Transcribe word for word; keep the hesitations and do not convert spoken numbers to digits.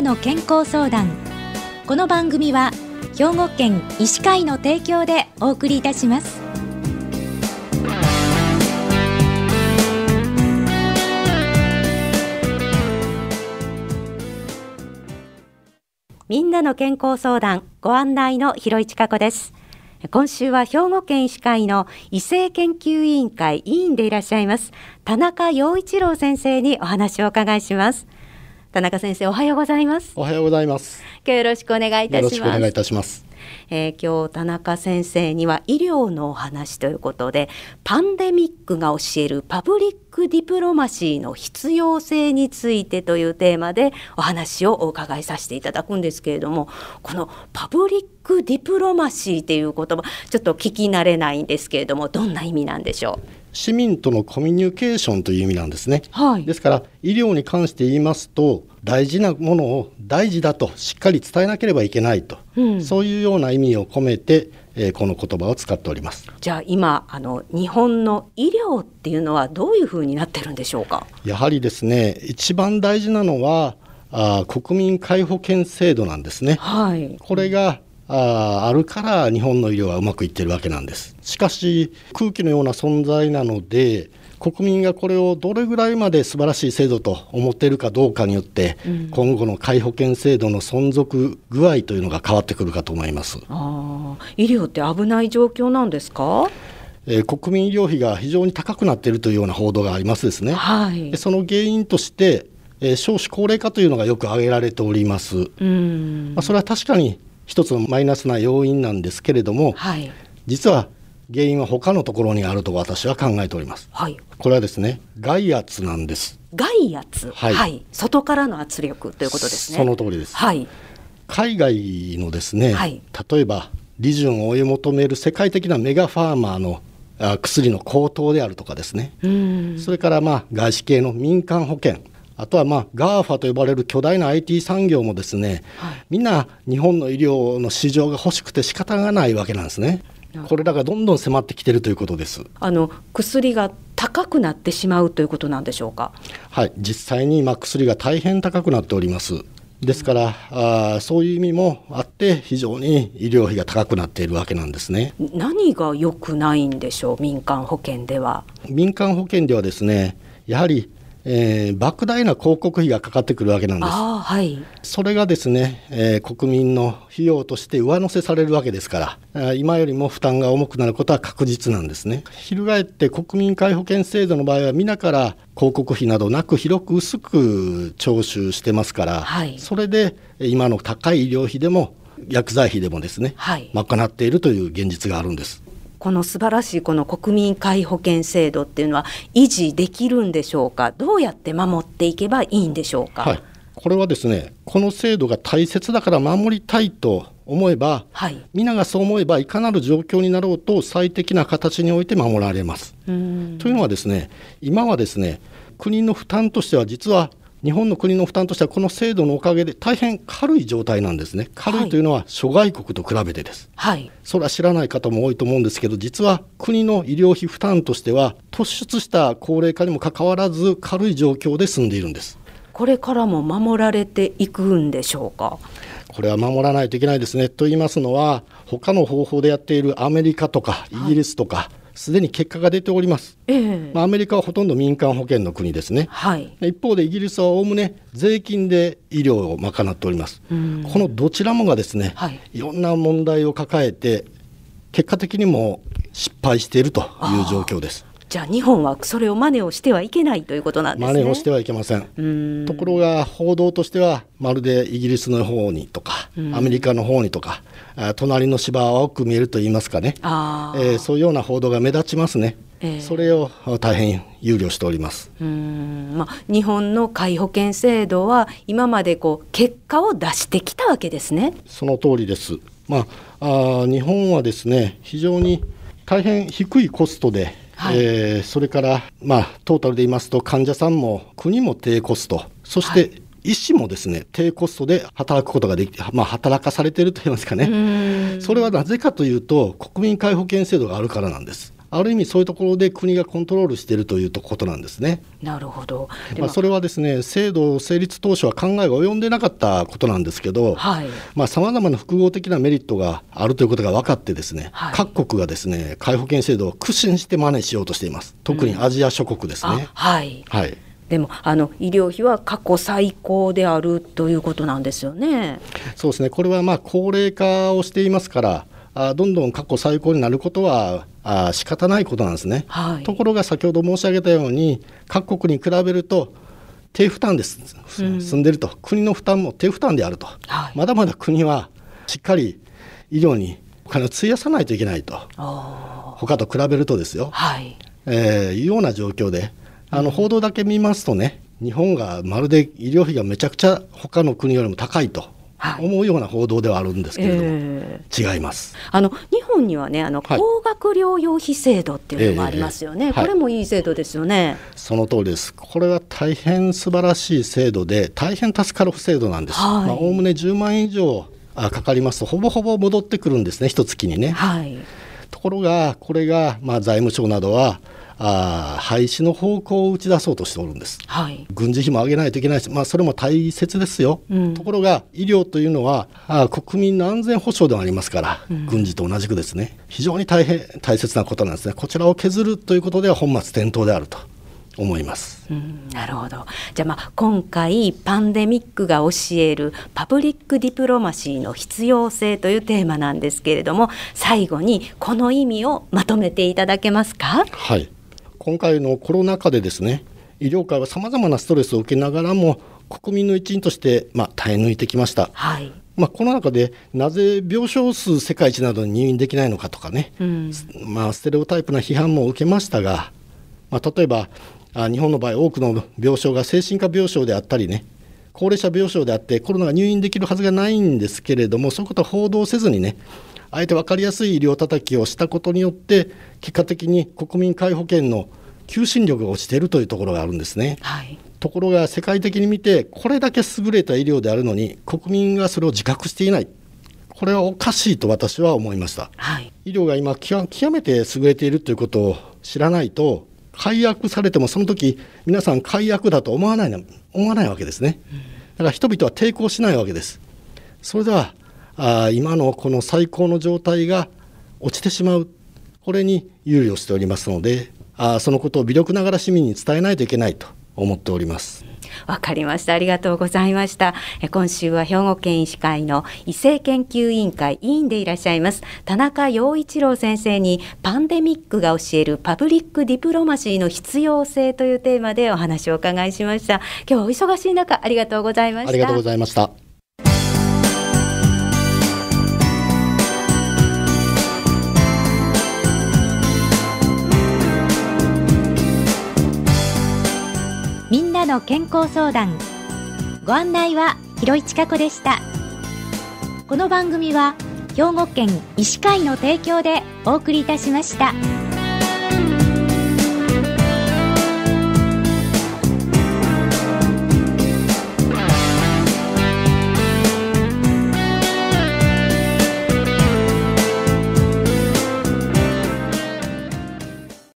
の健康相談。この番組は兵庫県医師会の提供でお送りいたします。みんなの健康相談、ご案内の広市加子です。今週は兵庫県医師会の医政研究委員会委員でいらっしゃいます田中陽一郎先生にお話をお伺いします。田中先生、おはようございます。 おはようございます。 今日よろしくお願いいたします。 よろしくお願いいたします。 えー、今日田中先生には医療のお話ということで、パンデミックが教えるパブリックディプロマシーの必要性についてというテーマでお話をお伺いさせていただくんですけれども、このパブリックディプロマシーという言葉、ちょっと聞き慣れないんですけれども、どんな意味なんでしょう。 市民とのコミュニケーションという意味なんですね、 はい、ですから医療に関して言いますと、大事なものを大事だとしっかり伝えなければいけないと、うん、そういうような意味を込めて、えー、この言葉を使っております。 じゃあ今あの日本の医療っていうのはどういうふうになってるんでしょうか。 やはりですね、一番大事なのはあ国民皆保険制度なんですね、 はい、 これがあ, あるから日本の医療はうまくいっているわけなんです。しかし空気のような存在なので、国民がこれをどれぐらいまで素晴らしい制度と思っているかどうかによって、うん、今後の皆保険制度の存続具合というのが変わってくるかと思います。 あ、医療って危ない状況なんですか。 えー、国民医療費が非常に高くなっているというような報道がありますですね、 はい、 でその原因として、えー、少子高齢化というのがよく挙げられております。うん、まあ、それは確かに一つのマイナスな要因なんですけれども、はい、実は原因は他のところにあると私は考えております、はい、これはですね、外圧なんです。 外圧、 はいはい、 外からの圧力ということですね。 その通りです、はい、海外のですね、はい、例えば利潤を追い求める世界的なメガファーマーのあ薬の高騰であるとかですね、うん、それからまあ外資系の民間保険、あとはまあ ガーファ と呼ばれる巨大な アイティー 産業もですね、はい、みんな日本の医療の市場が欲しくて仕方がないわけなんですね。これらがどんどん迫ってきているということです。 あの薬が高くなってしまうということなんでしょうか。 はい、実際に今薬が大変高くなっております。ですから、あそういう意味もあって非常に医療費が高くなっているわけなんですね。 何が良くないんでしょう。民間保険では民間保険ではですね、やはりえー、莫大な広告費がかかってくるわけなんです。 あ、はい、 それがですね、えー、国民の費用として上乗せされるわけですから、今よりも負担が重くなることは確実なんですね。翻って国民皆保険制度の場合は皆から広告費などなく広く薄く徴収してますから、はい、それで今の高い医療費でも薬剤費でもですね、はい、賄っているという現実があるんです。 この素晴らしいこの国民皆保険制度っていうのは維持できるんでしょうか。どうやって守っていけばいいんでしょうか。 はい、これはですね、この制度が大切だから守りたいと思えば、はい、皆がそう思えばいかなる状況になろうと最適な形において守られます。うーんというのはですね、今はですね、国の負担としては実は日本の国の負担としてはこの制度のおかげで大変軽い状態なんですね。軽いというのは諸外国と比べてです、はい、それは知らない方も多いと思うんですけど、実は国の医療費負担としては突出した高齢化にもかかわらず軽い状況で済んでいるんです。 これからも守られていくんでしょうか。 これは守らないといけないですね。と言いますのは、他の方法でやっているアメリカとかイギリスとか、はい、すでに結果が出ております、えーまあ、アメリカはほとんど民間保険の国ですね、はい、一方でイギリスはおおむね税金で医療を賄っております。このどちらもがですね、はい、いろんな問題を抱えて結果的にも失敗しているという状況です。 じゃあ日本はそれを真似をしてはいけないということなんですね。 真似をしてはいけません。うーんところが報道としてはまるでイギリスの方にとかアメリカの方にとか、隣の芝は青く見えると言いますかね、あ、えー、そういうような報道が目立ちますね、えー、それを大変憂慮しております。 うーん、まあ、日本の皆保険制度は今までこう結果を出してきたわけですね。 その通りです。まあ、あ日本はですね、非常に大変低いコストで、はい、えー、それから、まあ、トータルで言いますと患者さんも国も低コスト、そして、はい、医師もですね低コストで働くことができて、まあ、働かされていると言いますかね。それはなぜかというと国民皆保険制度があるからなんです。 ある意味そういうところで国がコントロールしているということなんですね。 なるほど。 まあ、それはですね、制度成立当初は考えが及んでなかったことなんですけど、さまざ、まな複合的なメリットがあるということが分かってですね、はい、各国がですね皆保険制度を苦心して真似しようとしています。特にアジア諸国ですね、うんはいはい、でもあの医療費は過去最高であるということなんですよね。 そうですね、これはまあ高齢化をしていますからあどんどん過去最高になることはあ仕方ないことなんですね、はい、ところが先ほど申し上げたように各国に比べると低負担です、うん、進んでいると、国の負担も低負担であると、はい、まだまだ国はしっかり医療にお金を費やさないといけないと、他と比べるとですよ、はいえー、いうような状況であの報道だけ見ますとね、日本がまるで医療費がめちゃくちゃ他の国よりも高いと思うような報道ではあるんですけれども、えー、違います。 あの日本にはねあの高額療養費制度っていうのもありますよね、はいえーえー、これもいい制度ですよね、はい、 その通りです。これは大変素晴らしい制度で大変助かる制度なんです。おおむねじゅうまんえん以上かかりますとほぼほぼ戻ってくるんですね、一月にね、はい、ところがこれが、まあ、財務省などはあ廃止の方向を打ち出そうとしておるんです、はい、軍事費も上げないといけないし、まあ、それも大切ですよ、うん、ところが医療というのはあ国民の安全保障でもありますから、うん、軍事と同じくですね非常に大変大切なことなんですね。こちらを削るということでは本末転倒であると思います、 うん、なるほど。じゃあ、まあ今回パンデミックが教えるパブリックディプロマシーの必要性というテーマなんですけれども、最後にこの意味をまとめていただけますか。 はい、今回のコロナ禍でですね医療界はさまざまなストレスを受けながらも国民の一員として、まあ、耐え抜いてきました、はいまあ、この中でなぜ病床数世界一などに入院できないのかとかね、うんまあ、ステレオタイプな批判も受けましたが、まあ、例えばあ日本の場合多くの病床が精神科病床であったりね高齢者病床であってコロナが入院できるはずがないんですけれども、そういうことは報道せずにねあえて分かりやすい医療叩きをしたことによって結果的に国民皆保険の求心力が落ちているというところがあるんですね、はい、ところが世界的に見てこれだけ優れた医療であるのに国民がそれを自覚していない、これはおかしいと私は思いました、はい、医療が今極めて優れているということを知らないと解約されてもその時皆さん解約だと思わないな思わないわけですね。だから人々は抵抗しないわけです。それではあ今のこの最高の状態が落ちてしまう、これに憂慮しておりますので、あそのことを微力ながら市民に伝えないといけないと思っております。 わかりました。ありがとうございました。今週は兵庫県医師会の医政研究委員会委員でいらっしゃいます田中陽一郎先生にパンデミックが教えるパブリックディプロマシーの必要性というテーマでお話をお伺いしました。今日はお忙しい中ありがとうございました。 ありがとうございました。 みんなの健康相談、ご案内は広市加子でした。この番組は兵庫県医師会の提供でお送りいたしました。